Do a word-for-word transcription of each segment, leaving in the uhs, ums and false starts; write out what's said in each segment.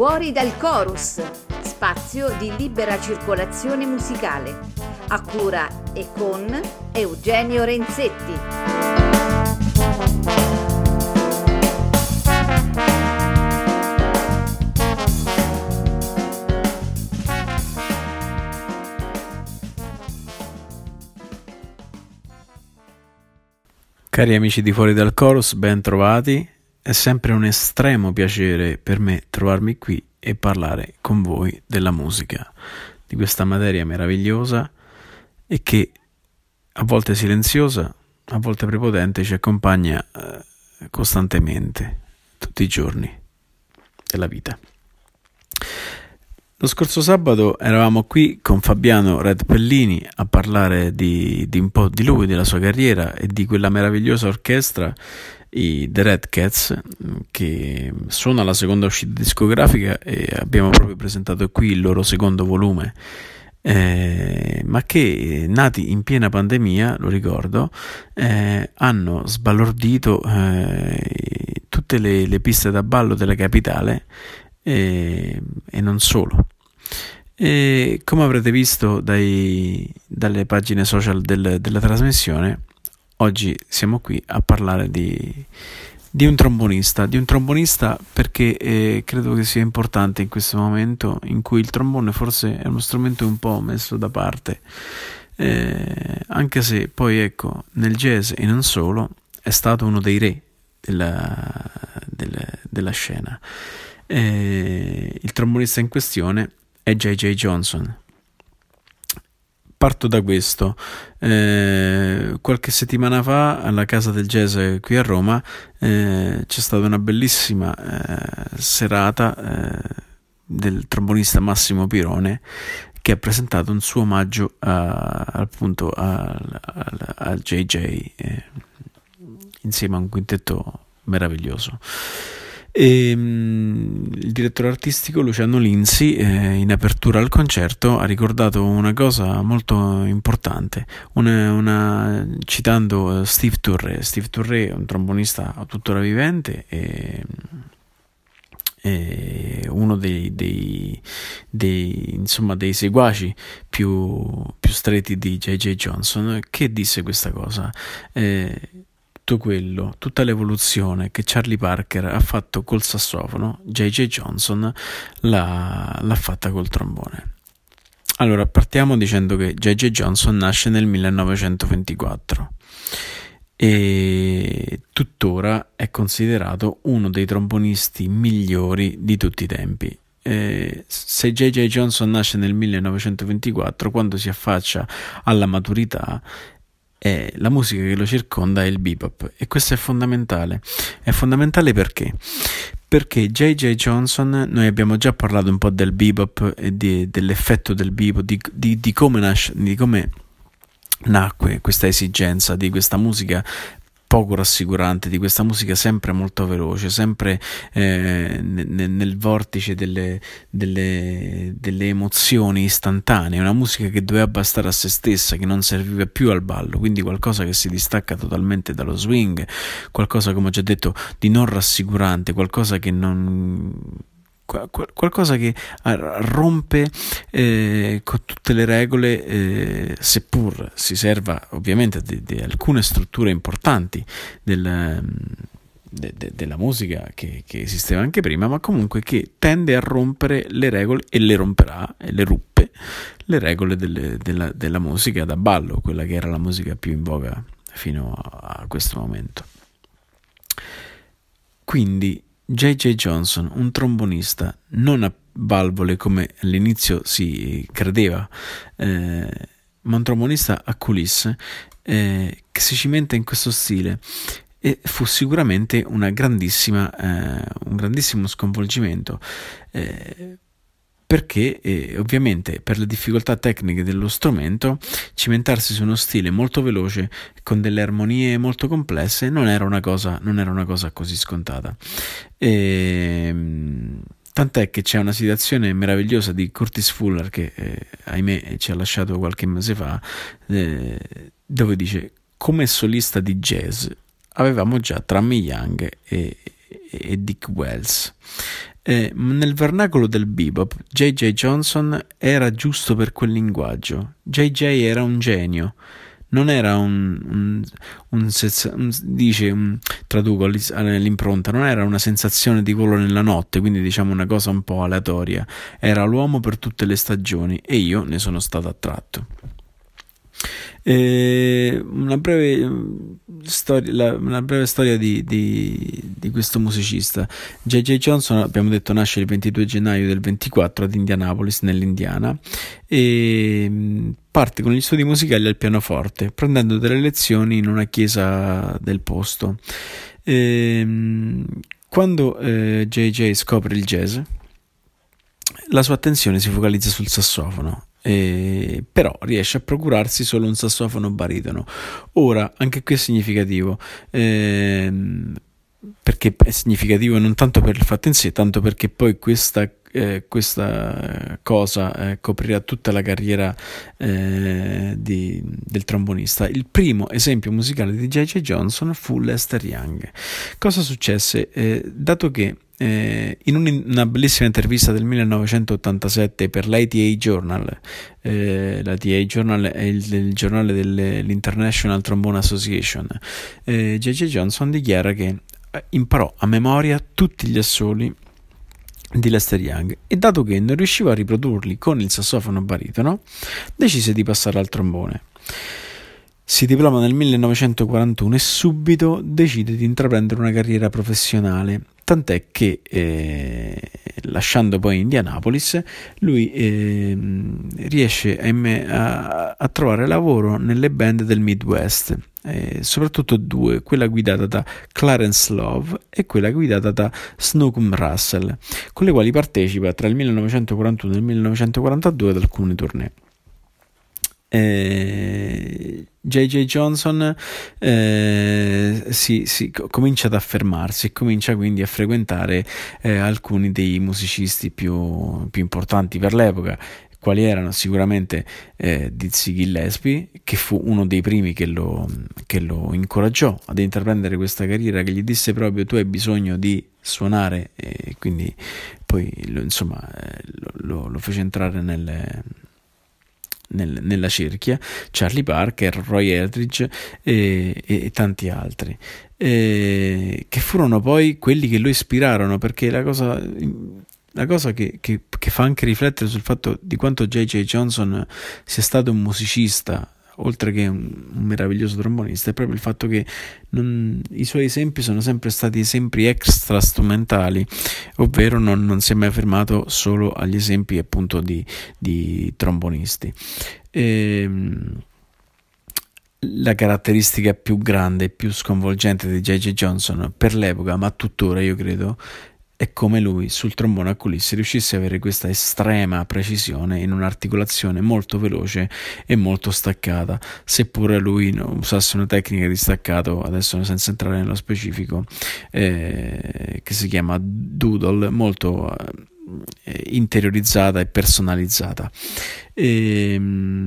Fuori dal chorus, spazio di libera circolazione musicale, a cura e con Eugenio Renzetti. Cari amici di Fuori dal Chorus, ben trovati. È sempre un estremo piacere per me trovarmi qui e parlare con voi della musica, di questa materia meravigliosa e che a volte silenziosa, a volte prepotente ci accompagna eh, costantemente, tutti i giorni della vita. Lo scorso sabato eravamo qui con Fabiano Red Pellini a parlare di, di un po' di lui, della sua carriera e di quella meravigliosa orchestra, i The Red Cats, che suona la seconda uscita discografica e abbiamo proprio presentato qui il loro secondo volume, eh, ma che nati in piena pandemia, lo ricordo, eh, hanno sbalordito eh, tutte le, le piste da ballo della capitale. E, e non solo. E come avrete visto dai, dalle pagine social del, della trasmissione, oggi siamo qui a parlare di, di un trombonista, di un trombonista perché eh, credo che sia importante in questo momento in cui il trombone forse è uno strumento un po' messo da parte, eh, anche se poi ecco nel jazz e non solo è stato uno dei re della, della, della scena. Eh, il trombonista in questione è J J Johnson. Parto da questo. Eh, qualche settimana fa alla Casa del Jazz qui a Roma eh, c'è stata una bellissima eh, serata eh, del trombonista Massimo Pirone, che ha presentato un suo omaggio a, appunto a, a, a J J eh, insieme a un quintetto meraviglioso. E, um, il direttore artistico Luciano Linzi eh, in apertura al concerto ha ricordato una cosa molto importante, una, una, citando Steve Turre. Steve Turre è un trombonista tuttora vivente e, e uno dei, dei, dei, insomma, dei seguaci più, più stretti di J J Johnson, che disse questa cosa. Eh, Tutto quello, tutta l'evoluzione che Charlie Parker ha fatto col sassofono, J J Johnson l'ha, l'ha fatta col trombone. Allora, partiamo dicendo che J J Johnson nasce nel millenovecentoventiquattro e tuttora è considerato uno dei trombonisti migliori di tutti i tempi. Eh, se J J Johnson nasce nel millenovecentoventiquattro, quando si affaccia alla maturità, e la musica che lo circonda è il bebop, e questo è fondamentale. È fondamentale perché? Perché J J Johnson, noi abbiamo già parlato un po' del bebop e di, dell'effetto del bebop, di, di, di come nasce, di come nacque questa esigenza di questa musica poco rassicurante, di questa musica sempre molto veloce, sempre eh, nel, nel vortice delle, delle, delle emozioni istantanee, una musica che doveva bastare a se stessa, che non serviva più al ballo, quindi qualcosa che si distacca totalmente dallo swing, qualcosa, come ho già detto, di non rassicurante, qualcosa che non... qualcosa che rompe eh, con tutte le regole, eh, seppur si serva ovviamente di, di alcune strutture importanti del, de, de, della musica che, che esisteva anche prima, ma comunque che tende a rompere le regole, e le romperà e le ruppe le regole delle, della, della musica da ballo, quella che era la musica più in voga fino a, a questo momento. Quindi J J Johnson, un trombonista non a valvole come all'inizio si credeva, eh, ma un trombonista a coulisse, eh, che si cimenta in questo stile, e fu sicuramente una grandissima, eh, un grandissimo sconvolgimento, eh, perché eh, ovviamente per le difficoltà tecniche dello strumento cimentarsi su uno stile molto veloce con delle armonie molto complesse non era una cosa, non era una cosa così scontata. E, tant'è che c'è una citazione meravigliosa di Curtis Fuller che eh, ahimè ci ha lasciato qualche mese fa, eh, dove dice: come solista di jazz avevamo già Trammy Young e, e Dick Wells. Eh, nel vernacolo del bebop, J J. Johnson era giusto per quel linguaggio. J J era un genio. Non era un, un, un, un dice, un, traduco l'impronta, non era una sensazione di volo nella notte, quindi diciamo una cosa un po' aleatoria. Era l'uomo per tutte le stagioni e io ne sono stato attratto. Eh, una breve storia, la, una breve storia di, di, di questo musicista. J J. Johnson, abbiamo detto, nasce il ventidue gennaio del ventiquattro ad Indianapolis, nell'Indiana, e parte con gli studi musicali al pianoforte, prendendo delle lezioni in una chiesa del posto. E, quando eh, J J scopre il jazz, la sua attenzione si focalizza sul sassofono. Eh, però riesce a procurarsi solo un sassofono baritono. Ora, anche qui è significativo, ehm, perché è significativo non tanto per il fatto in sé, tanto perché poi questa, eh, questa cosa eh, coprirà tutta la carriera eh, di, del trombonista. Il primo esempio musicale di J J. Johnson fu Lester Young. Cosa successe? Eh, dato che Eh, in un, una bellissima intervista del millenovecentottantasette per l'I T A Journal, eh, l'I T A Journal è il, il giornale dell'International Trombone Association, eh, J J. Johnson dichiara che imparò a memoria tutti gli assoli di Lester Young e, dato che non riusciva a riprodurli con il sassofono baritono, decise di passare al trombone. Si diploma nel millenovecentoquarantuno e subito decide di intraprendere una carriera professionale, tant'è che eh, lasciando poi Indianapolis lui eh, riesce a, a trovare lavoro nelle band del Midwest, eh, soprattutto due, quella guidata da Clarence Love e quella guidata da Snookum Russell, con le quali partecipa tra il millenovecentoquarantuno e il millenovecentoquarantadue ad alcune tournée. Eh, J J. Johnson eh, si, si comincia ad affermarsi e comincia quindi a frequentare eh, alcuni dei musicisti più, più importanti per l'epoca, quali erano sicuramente eh, Dizzy Gillespie, che fu uno dei primi che lo, che lo incoraggiò ad intraprendere questa carriera, che gli disse proprio: tu hai bisogno di suonare, e quindi poi lo, insomma eh, lo, lo, lo fece entrare nelle Nel, nella cerchia. Charlie Parker, Roy Eldridge e, e, e tanti altri, e, che furono poi quelli che lo ispirarono, perché la cosa, la cosa che, che, che fa anche riflettere sul fatto di quanto J J. Johnson sia stato un musicista oltre che un, un meraviglioso trombonista è proprio il fatto che non, i suoi esempi sono sempre stati esempi extra strumentali, ovvero non, non si è mai fermato solo agli esempi appunto di, di trombonisti. E, la caratteristica più grande e più sconvolgente di J J. Johnson per l'epoca, ma tuttora io credo, è come lui sul trombone a coulisse riuscisse a avere questa estrema precisione in un'articolazione molto veloce e molto staccata, seppure lui usasse una tecnica di staccato, adesso senza entrare nello specifico, eh, che si chiama doodle, molto eh, interiorizzata e personalizzata. E,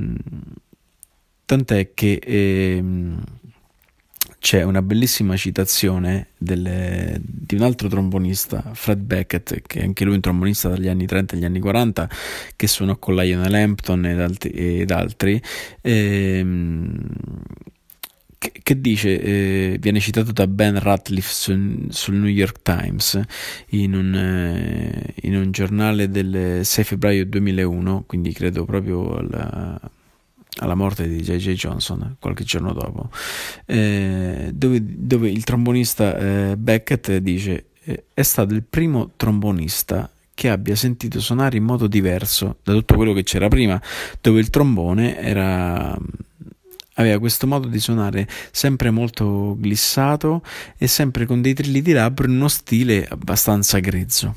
tant'è che eh, c'è una bellissima citazione delle, di un altro trombonista, Fred Beckett, che è anche lui un trombonista dagli anni trenta agli anni quaranta, che suonò con Lionel Hampton ed altri, ed altri ehm, che, che dice, eh, viene citato da Ben Ratliff sul, sul New York Times in un, eh, in un giornale del sei febbraio duemilauno, quindi credo proprio alla alla morte di J J. Johnson, qualche giorno dopo, eh, dove, dove il trombonista eh, Beckett dice: eh, è stato il primo trombonista che abbia sentito suonare in modo diverso da tutto quello che c'era prima, dove il trombone era, aveva questo modo di suonare sempre molto glissato e sempre con dei trilli di labbro in uno stile abbastanza grezzo.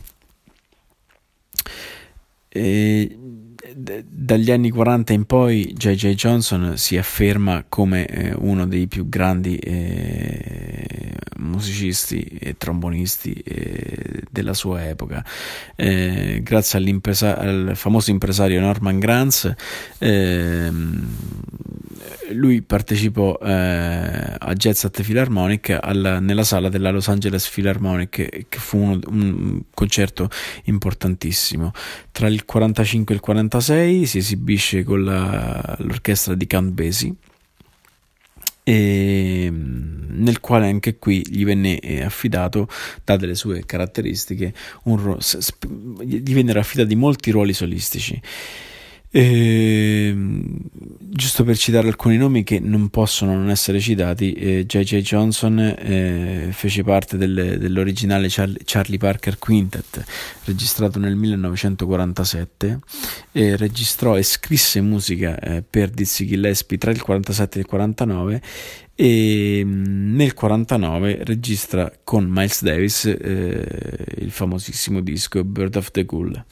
E dagli anni quaranta in poi J J. Johnson si afferma come eh, uno dei più grandi eh, musicisti e trombonisti eh, della sua epoca, eh, grazie al famoso impresario Norman Granz. eh, lui partecipò eh, a Jazz at the Philharmonic alla, nella sala della Los Angeles Philharmonic, che fu uno, un concerto importantissimo. Tra il quarantacinque e il quarantasei si esibisce con la, l'orchestra di Count Basie, e nel quale anche qui gli venne affidato, date le sue caratteristiche, un ro- gli vennero affidati molti ruoli solistici. E, giusto per citare alcuni nomi che non possono non essere citati, eh, J J Johnson eh, fece parte del, dell'originale Charlie, Charlie Parker Quintet, registrato nel millenovecentoquarantasette, e registrò e scrisse musica eh, per Dizzy Gillespie tra il quarantasette e il quarantanove, e nel quarantanove registra con Miles Davis eh, il famosissimo disco Bird of the Cool.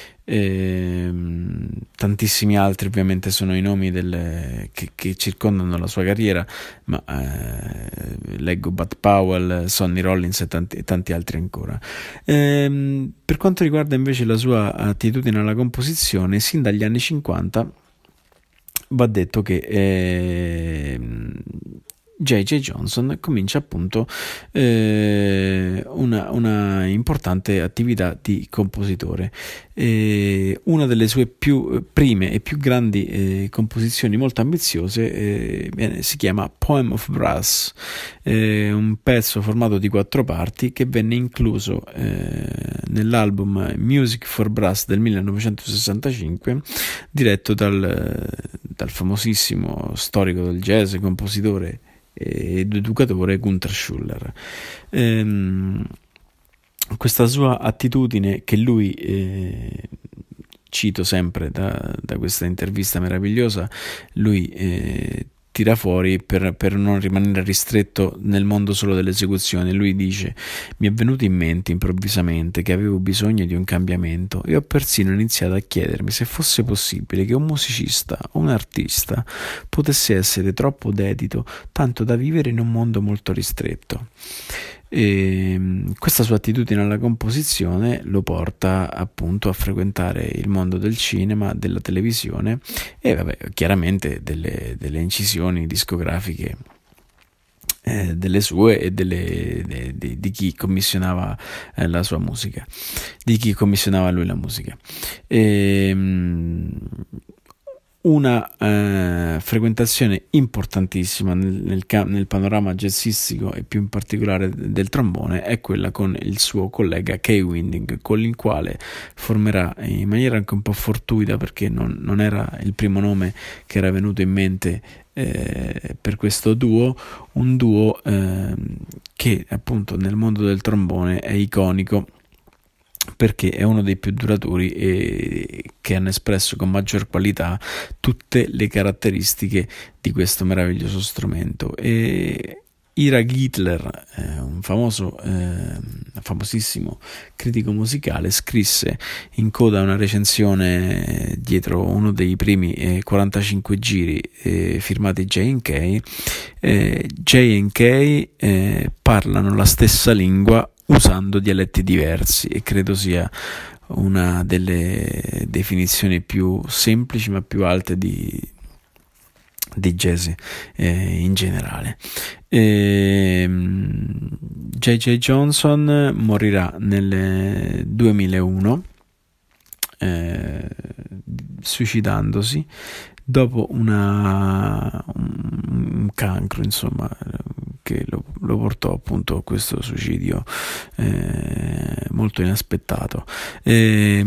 E, tantissimi altri ovviamente sono i nomi delle, che, che circondano la sua carriera, ma eh, leggo Bud Powell, Sonny Rollins e tanti, e tanti altri ancora. E, per quanto riguarda invece la sua attitudine alla composizione, sin dagli anni cinquanta va detto che eh, J J Johnson comincia appunto eh, una, una importante attività di compositore. Eh, una delle sue più prime e più grandi eh, composizioni molto ambiziose eh, si chiama Poem of Brass, eh, un pezzo formato di quattro parti che venne incluso eh, nell'album Music for Brass del millenovecentosessantacinque, diretto dal, dal famosissimo storico del jazz, compositore ed educatore Gunther Schuller. Ehm, questa sua attitudine, che lui eh, cito sempre da, da questa intervista meravigliosa, lui eh, tira fuori per, per non rimanere ristretto nel mondo solo dell'esecuzione. Lui dice: mi è venuto in mente improvvisamente che avevo bisogno di un cambiamento e ho persino iniziato a chiedermi se fosse possibile che un musicista o un artista potesse essere troppo dedito tanto da vivere in un mondo molto ristretto. E questa sua attitudine alla composizione lo porta appunto a frequentare il mondo del cinema, della televisione e vabbè, chiaramente delle, delle incisioni discografiche eh, delle sue e delle, de, de, di chi commissionava eh, la sua musica, di chi commissionava a lui la musica. E, mh, una eh, frequentazione importantissima nel, nel, nel panorama jazzistico e più in particolare del trombone è quella con il suo collega Kay Winding, con il quale formerà in maniera anche un po' fortuita, perché non, non era il primo nome che era venuto in mente eh, per questo duo, un duo eh, che appunto nel mondo del trombone è iconico, perché è uno dei più duraturi e che hanno espresso con maggior qualità tutte le caratteristiche di questo meraviglioso strumento. E Ira Gittler, eh, un famoso, eh, famosissimo critico musicale, scrisse in coda una recensione dietro uno dei primi eh, quarantacinque giri eh, firmati J and K. eh, J and K eh, parlano la stessa lingua usando dialetti diversi, e credo sia una delle definizioni più semplici ma più alte di, di jazz eh, in generale. E, J J Johnson morirà nel duemilauno eh, suicidandosi dopo una, un, un cancro, insomma, che lo, lo portò appunto a questo suicidio eh, molto inaspettato. E,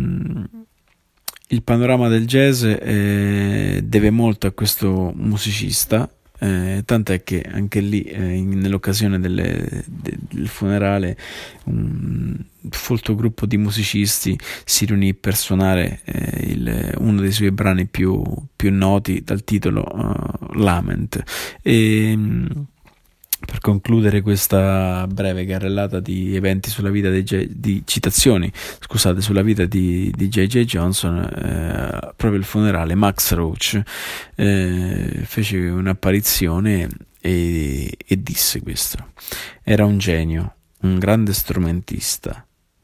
il panorama del jazz eh, deve molto a questo musicista, eh, tant'è che anche lì eh, in, nell'occasione delle, de, del funerale un folto gruppo di musicisti si riunì per suonare eh, il, uno dei suoi brani più, più noti dal titolo uh, Lament. E per concludere questa breve carrellata di eventi sulla vita di, J, di citazioni, scusate, sulla vita di, di J J Johnson, eh, proprio il funerale, Max Roach eh, fece un'apparizione e, e disse questo: era un genio, un grande strumentista,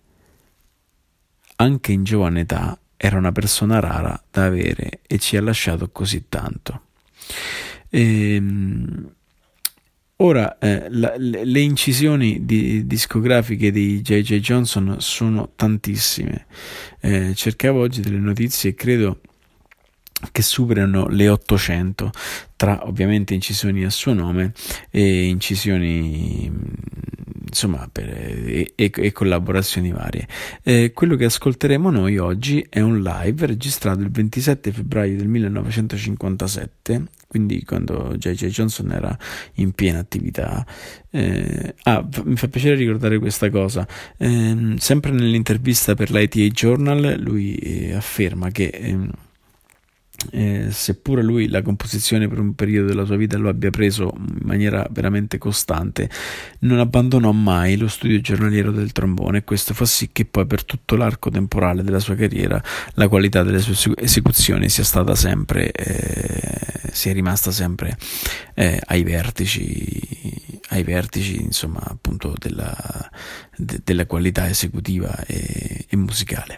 anche in giovane età era una persona rara da avere e ci ha lasciato così tanto. Ehm, Ora, eh, la, le, le incisioni di, discografiche di J J. Johnson sono tantissime. Eh, cercavo oggi delle notizie e credo che superano le ottocento, tra ovviamente incisioni a suo nome e incisioni, insomma, per, e, e, e collaborazioni varie. Eh, quello che ascolteremo noi oggi è un live registrato il ventisette febbraio del millenovecentocinquantasette, quindi quando J J. Johnson era in piena attività. Eh, ah, mi fa piacere ricordare questa cosa. Eh, sempre nell'intervista per l'I T A Journal lui eh, afferma che eh, Eh, seppure lui la composizione per un periodo della sua vita lo abbia preso in maniera veramente costante, non abbandonò mai lo studio giornaliero del trombone, e questo fa sì che poi per tutto l'arco temporale della sua carriera la qualità delle sue esecuzioni sia stata sempre eh, sia rimasta sempre eh, ai vertici ai vertici insomma appunto della, de, della qualità esecutiva e, e musicale.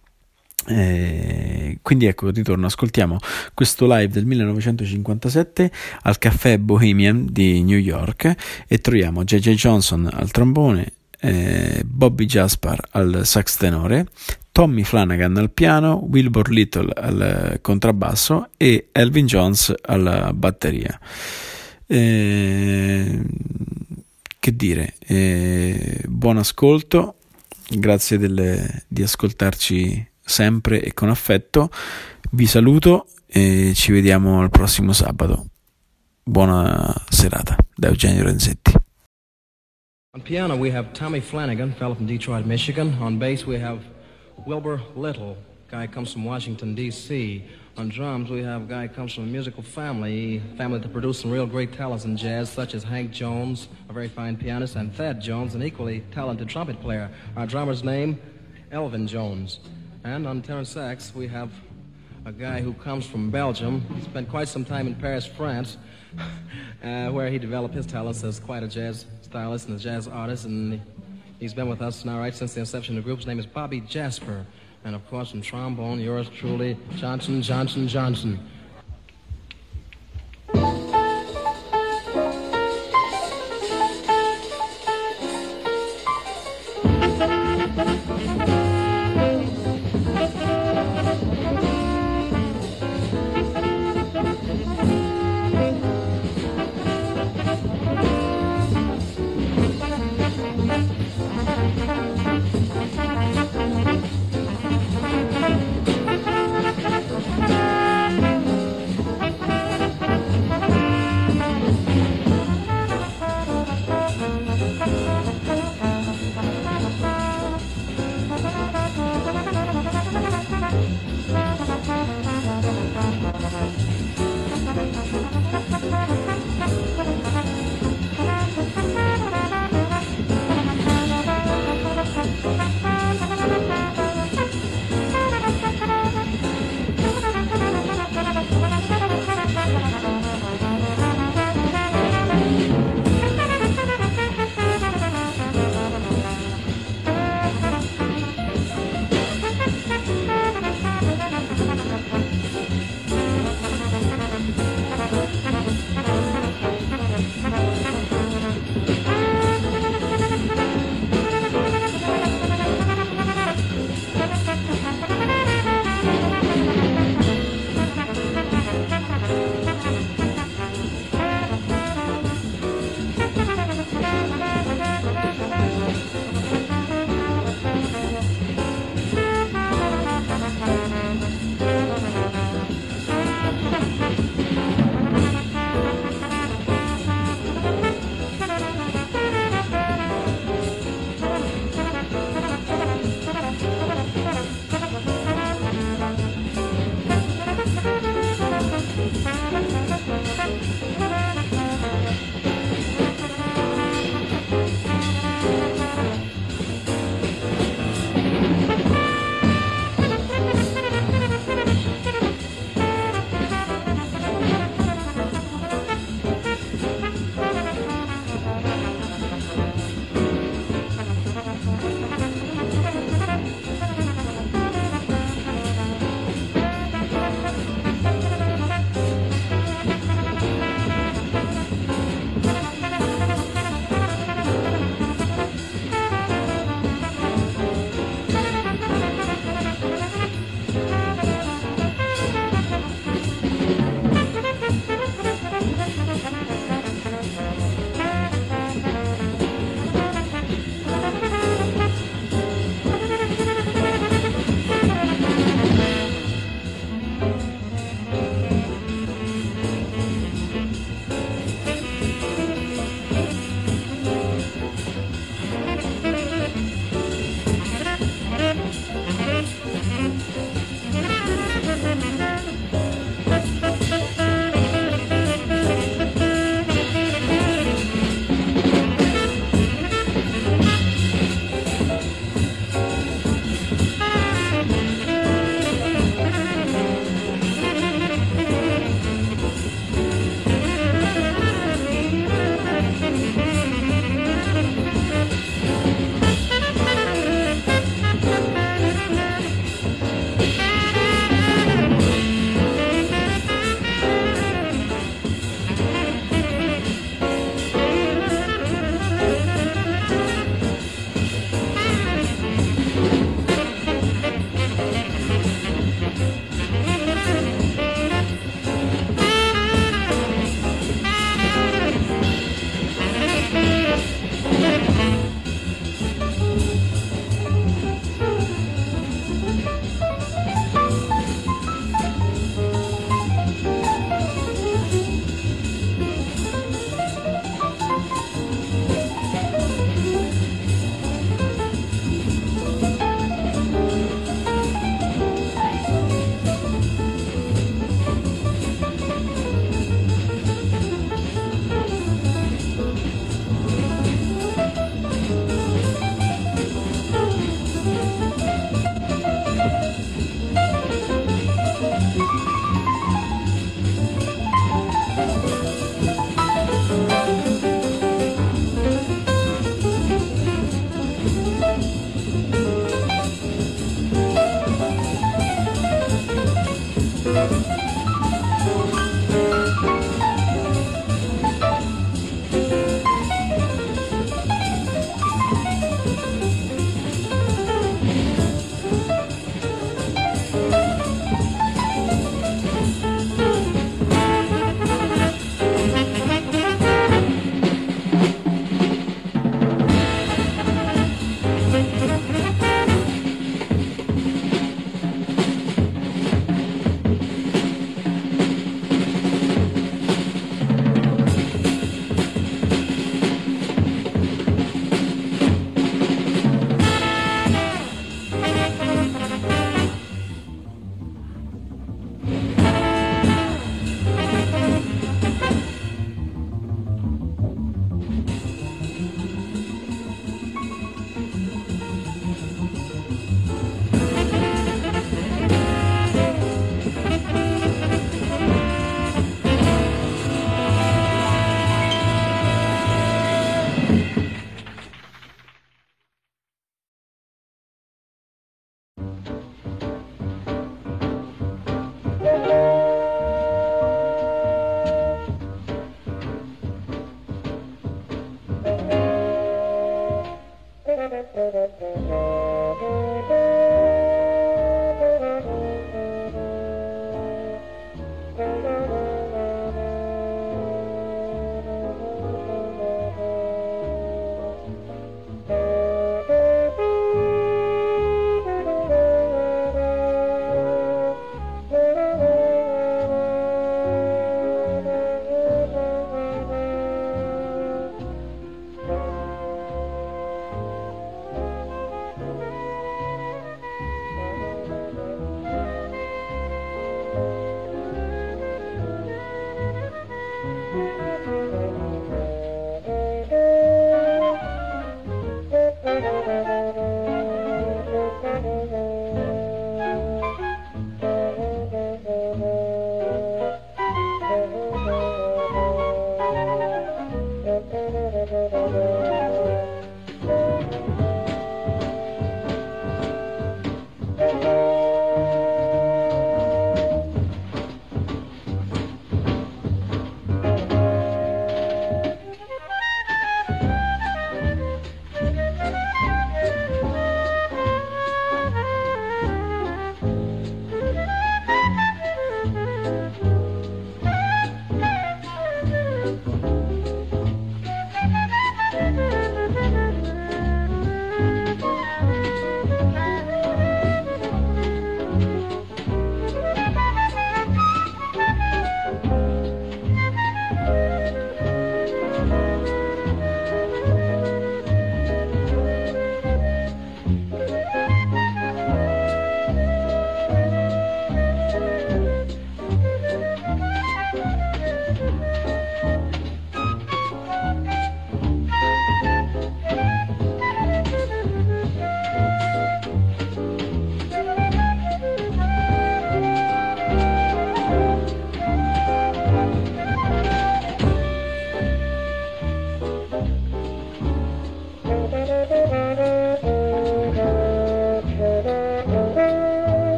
Eh, quindi ecco, ritorno, ascoltiamo questo live del millenovecentocinquantasette al Caffè Bohemian di New York e troviamo J J. Johnson al trombone, eh, Bobby Jaspar al sax tenore, Tommy Flanagan al piano, Wilbur Little al contrabbasso e Elvin Jones alla batteria. Eh, che dire, eh, buon ascolto, grazie delle, di ascoltarci sempre e con affetto. Vi saluto e ci vediamo al prossimo sabato. Buona serata da Eugenio Renzetti. On piano we have Tommy Flanagan, fellow from Detroit, Michigan. On bass we have Wilbur Little, guy comes from Washington, D C On drums we have a guy comes from a musical family, family that produced some real great talents in jazz, such as Hank Jones, a very fine pianist, and Thad Jones, an equally talented trumpet player. Our drummer's name, Elvin Jones. And on tenor sax, we have a guy who comes from Belgium. He spent quite some time in Paris, France, uh, where he developed his talents as quite a jazz stylist and a jazz artist. And he's been with us now right since the inception of the group. His name is Bobby Jasper. And of course, from trombone, yours truly, Johnson, Johnson, Johnson.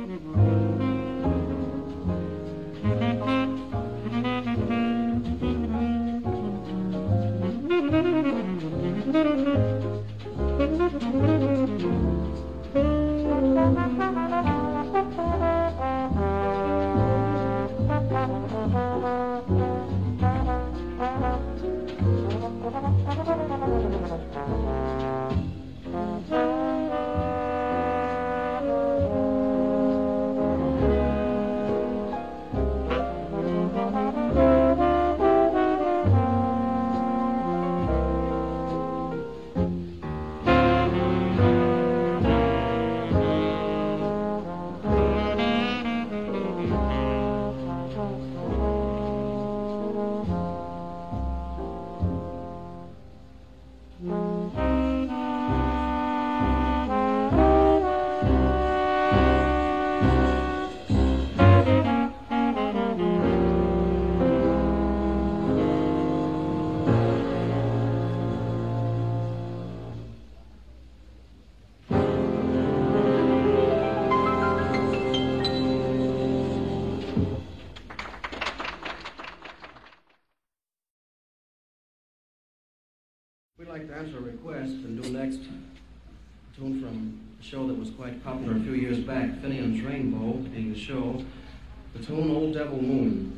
We'd like to answer a request and do next a tune from a show that was quite popular a few years back, Finian's Rainbow, being the show, the tune Old Devil Moon.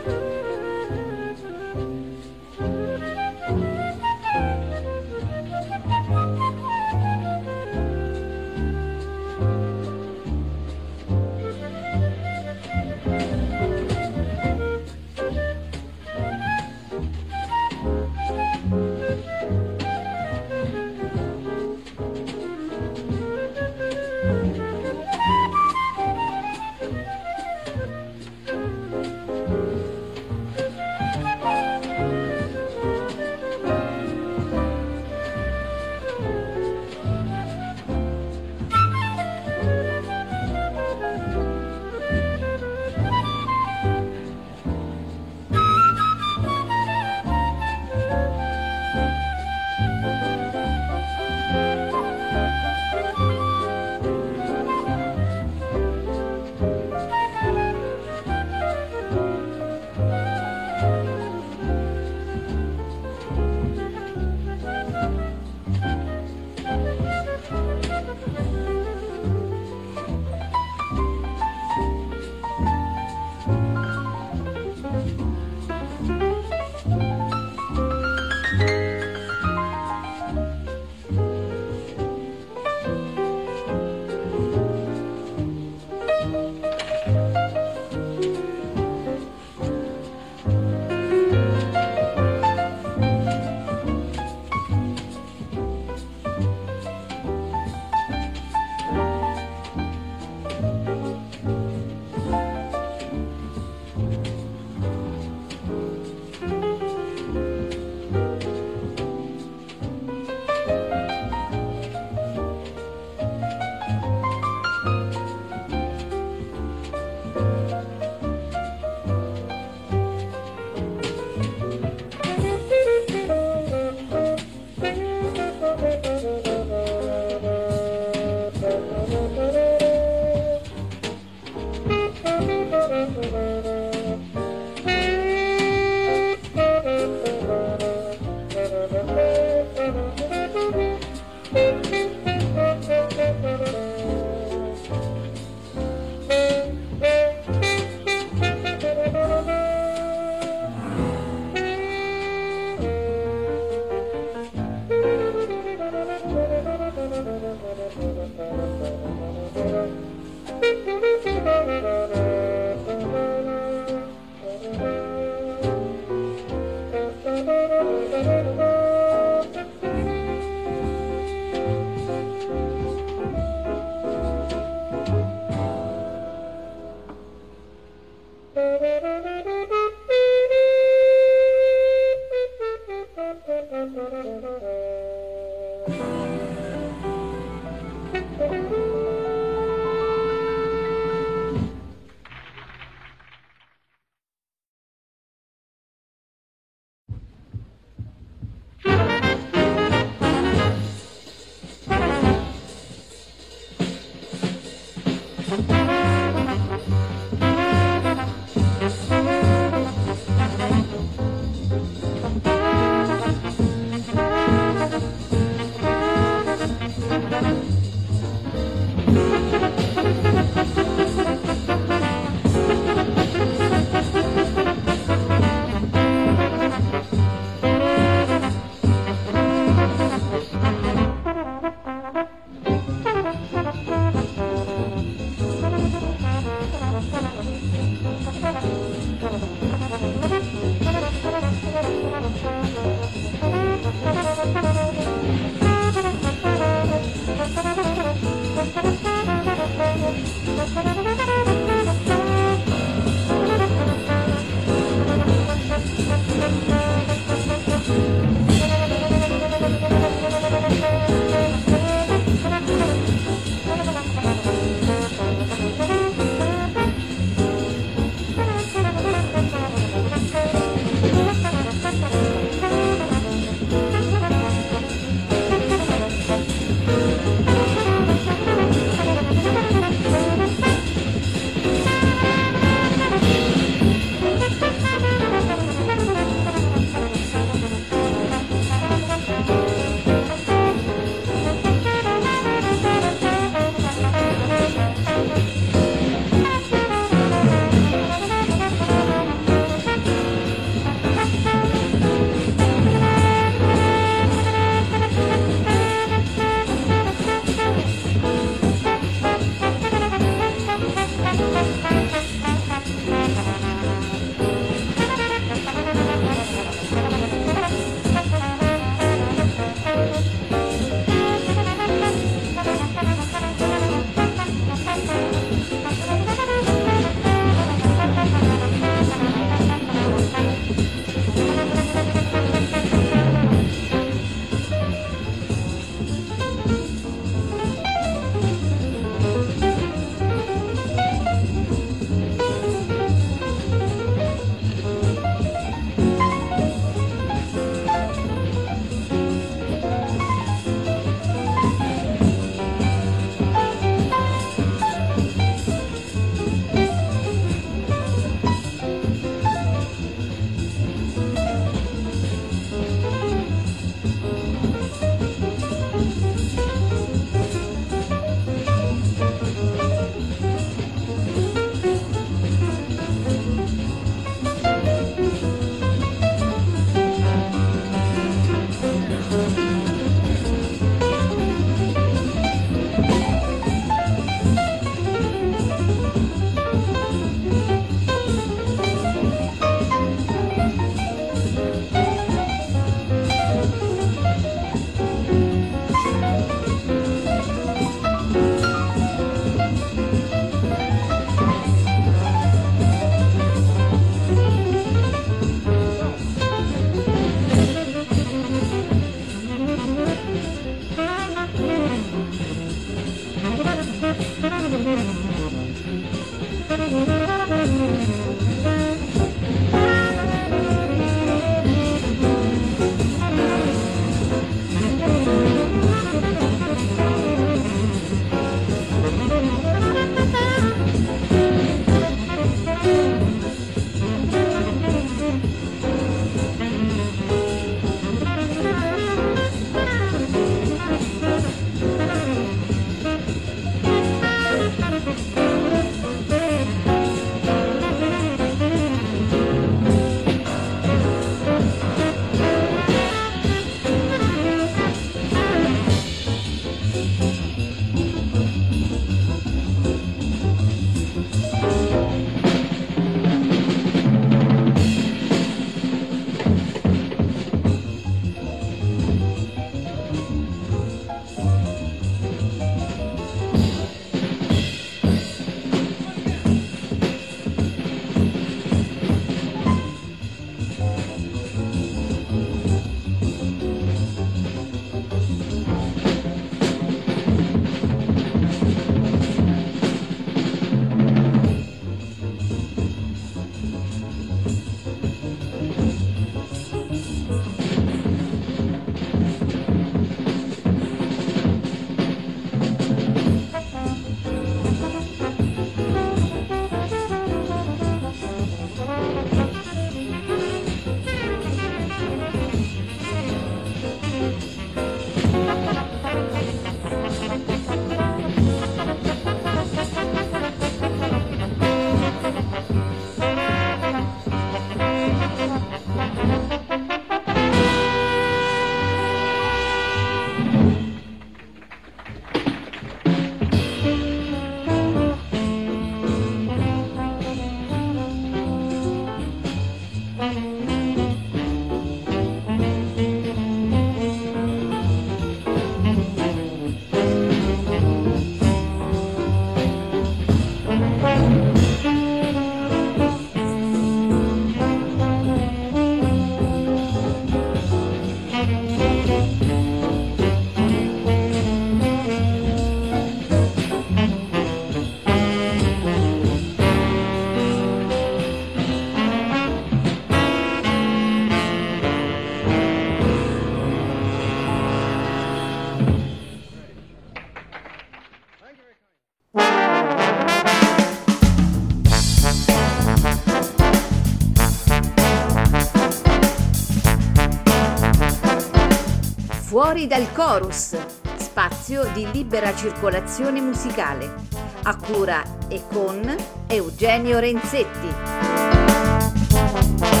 Fuori dal chorus, spazio di libera circolazione musicale, a cura e con Eugenio Renzetti.